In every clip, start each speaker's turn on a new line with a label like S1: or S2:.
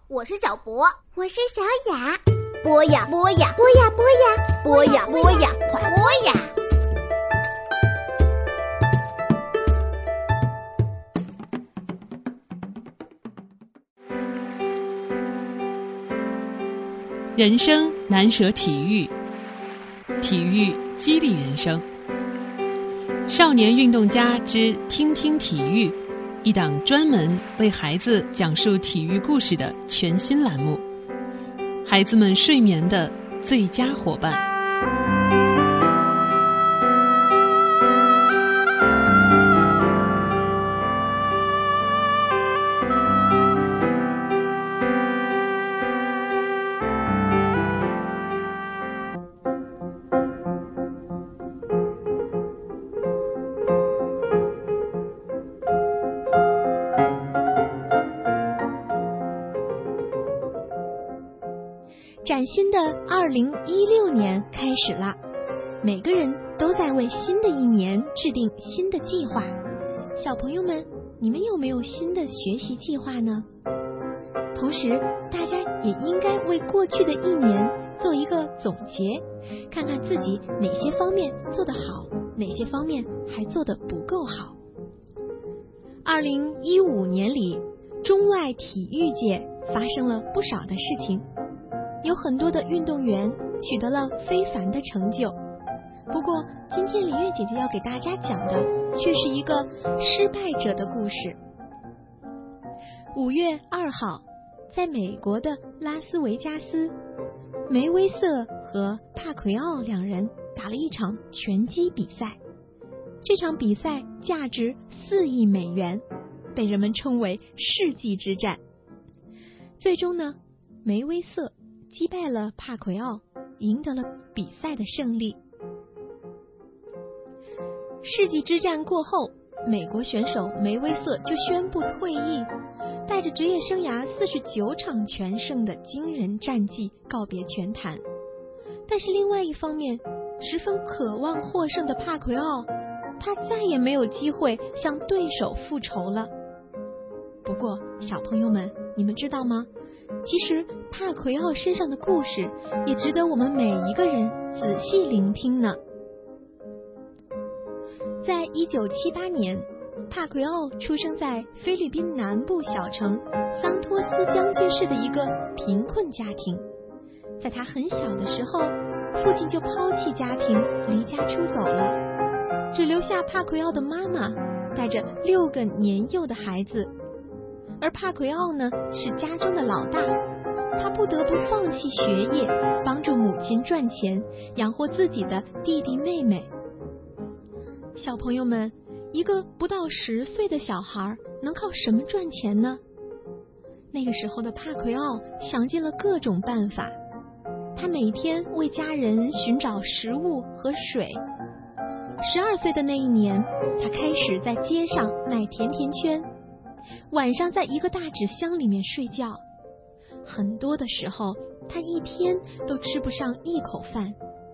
S1: 我是小博，
S2: 我是小雅。
S1: 播呀播呀，
S2: 播呀播呀，
S1: 播呀播呀，快播呀！
S3: 人生难舍体育，体育激励人生。少年运动家之听听体育，一档专门为孩子讲述体育故事的全新栏目，孩子们睡眠的最佳伙伴。
S4: 崭新的2016年开始了，每个人都在为新的一年制定新的计划。小朋友们，你们有没有新的学习计划呢？同时，大家也应该为过去的一年做一个总结，看看自己哪些方面做得好，哪些方面还做得不够好。2015年里，中外体育界发生了不少的事情。有很多的运动员取得了非凡的成就，不过今天李月姐姐要给大家讲的却是一个失败者的故事。5月2号，在美国的拉斯维加斯，梅威瑟和帕奎奥两人打了一场拳击比赛。这场比赛价值4亿美元，被人们称为世纪之战。最终呢，梅威瑟击败了帕奎奥，赢得了比赛的胜利。世纪之战过后，美国选手梅威瑟就宣布退役，带着职业生涯49场全胜的惊人战绩告别拳坛。但是另外一方面，十分渴望获胜的帕奎奥，他再也没有机会向对手复仇了。不过小朋友们，你们知道吗？其实帕奎奥身上的故事也值得我们每一个人仔细聆听呢。在1978年，帕奎奥出生在菲律宾南部小城桑托斯将军市的一个贫困家庭。在他很小的时候，父亲就抛弃家庭，离家出走了，只留下帕奎奥的妈妈带着6个年幼的孩子。而帕奎奥呢，是家中的老大，他不得不放弃学业，帮助母亲赚钱，养活自己的弟弟妹妹。小朋友们，一个不到10岁的小孩能靠什么赚钱呢？那个时候的帕奎奥想尽了各种办法，他每天为家人寻找食物和水。12岁的那一年，他开始在街上卖甜甜圈，晚上在一个大纸箱里面睡觉，很多的时候他一天都吃不上一口饭。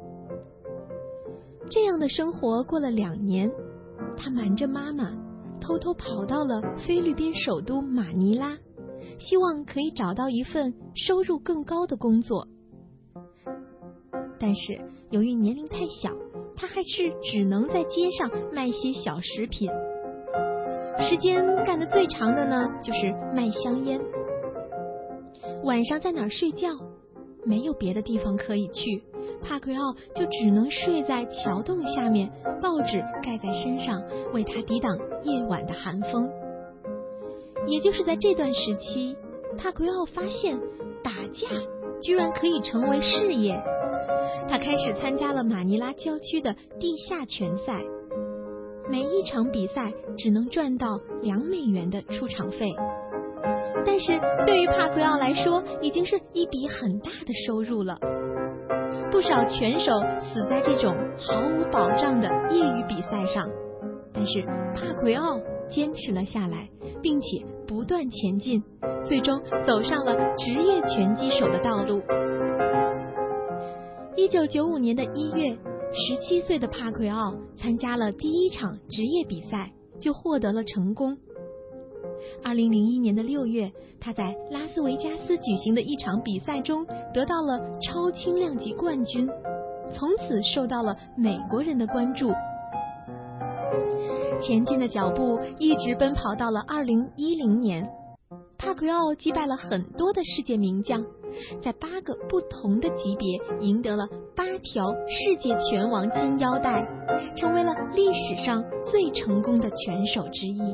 S4: 这样的生活过了2年，他瞒着妈妈偷偷跑到了菲律宾首都马尼拉，希望可以找到一份收入更高的工作。但是由于年龄太小，他还是只能在街上卖些小食品。时间干得最长的呢，就是卖香烟。晚上在哪儿睡觉？没有别的地方可以去，帕奎奥就只能睡在桥洞下面，报纸盖在身上，为他抵挡夜晚的寒风。也就是在这段时期，帕奎奥发现打架居然可以成为事业。他开始参加了马尼拉郊区的地下拳赛，每一场比赛只能赚到2美元的出场费，但是对于帕奎奥来说，已经是一笔很大的收入了。不少拳手死在这种毫无保障的业余比赛上，但是帕奎奥坚持了下来，并且不断前进，最终走上了职业拳击手的道路。1995年的1月，17岁的帕奎奥参加了第一场职业比赛，就获得了成功。 2001年的6月，他在拉斯维加斯举行的一场比赛中得到了超轻量级冠军，从此受到了美国人的关注。前进的脚步一直奔跑到了2010年，帕奎奥击败了很多的世界名将，在8个不同的级别赢得了8条世界拳王金腰带，成为了历史上最成功的拳手之一。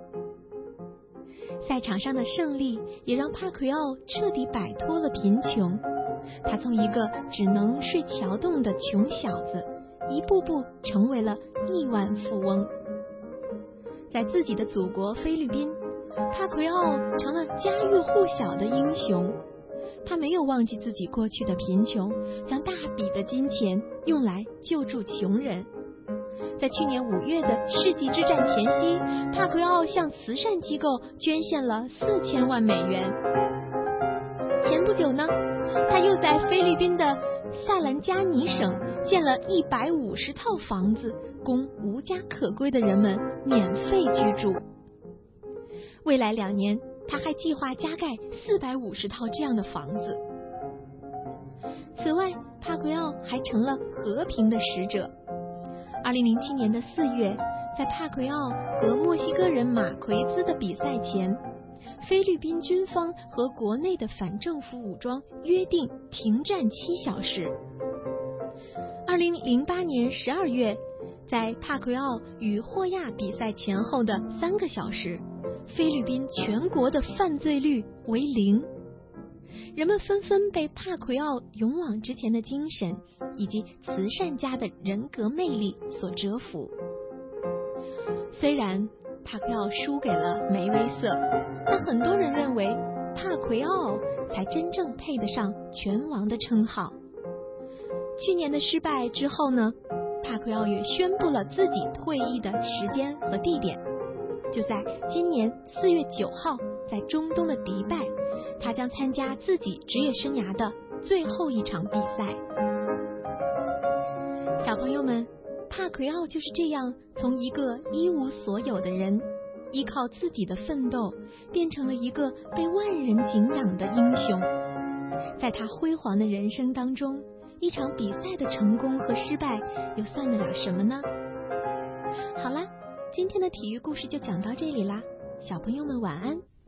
S4: 赛场上的胜利也让帕奎奥彻底摆脱了贫穷，他从一个只能睡桥洞的穷小子，一步步成为了亿万富翁。在自己的祖国菲律宾，帕奎奥成了家喻户晓的英雄。他没有忘记自己过去的贫穷，将大笔的金钱用来救助穷人。在去年5月的世纪之战前夕，帕奎奥向慈善机构捐献了4000万美元。前不久呢，他又在菲律宾的萨兰加尼省建了150套房子，供无家可归的人们免费居住。未来2年，他还计划加盖450套这样的房子。此外，帕奎奥还成了和平的使者。2007年的4月，在帕奎奥和墨西哥人马奎兹的比赛前，菲律宾军方和国内的反政府武装约定停战7小时。2008年12月，在帕奎奥与霍亚比赛前后的3个小时，菲律宾全国的犯罪率为0。人们纷纷被帕奎奥勇往直前的精神以及慈善家的人格魅力所折服。虽然帕奎奥输给了梅威瑟，但很多人认为帕奎奥才真正配得上拳王的称号。去年的失败之后呢，帕奎奥也宣布了自己退役的时间和地点，就在今年4月9号，在中东的迪拜，他将参加自己职业生涯的最后一场比赛。小朋友们，帕奎奥就是这样从一个一无所有的人，依靠自己的奋斗，变成了一个被万人敬仰的英雄。在他辉煌的人生当中，一场比赛的成功和失败又算得了什么呢？好啦，今天的体育故事就讲到这里啦，小朋友们晚安。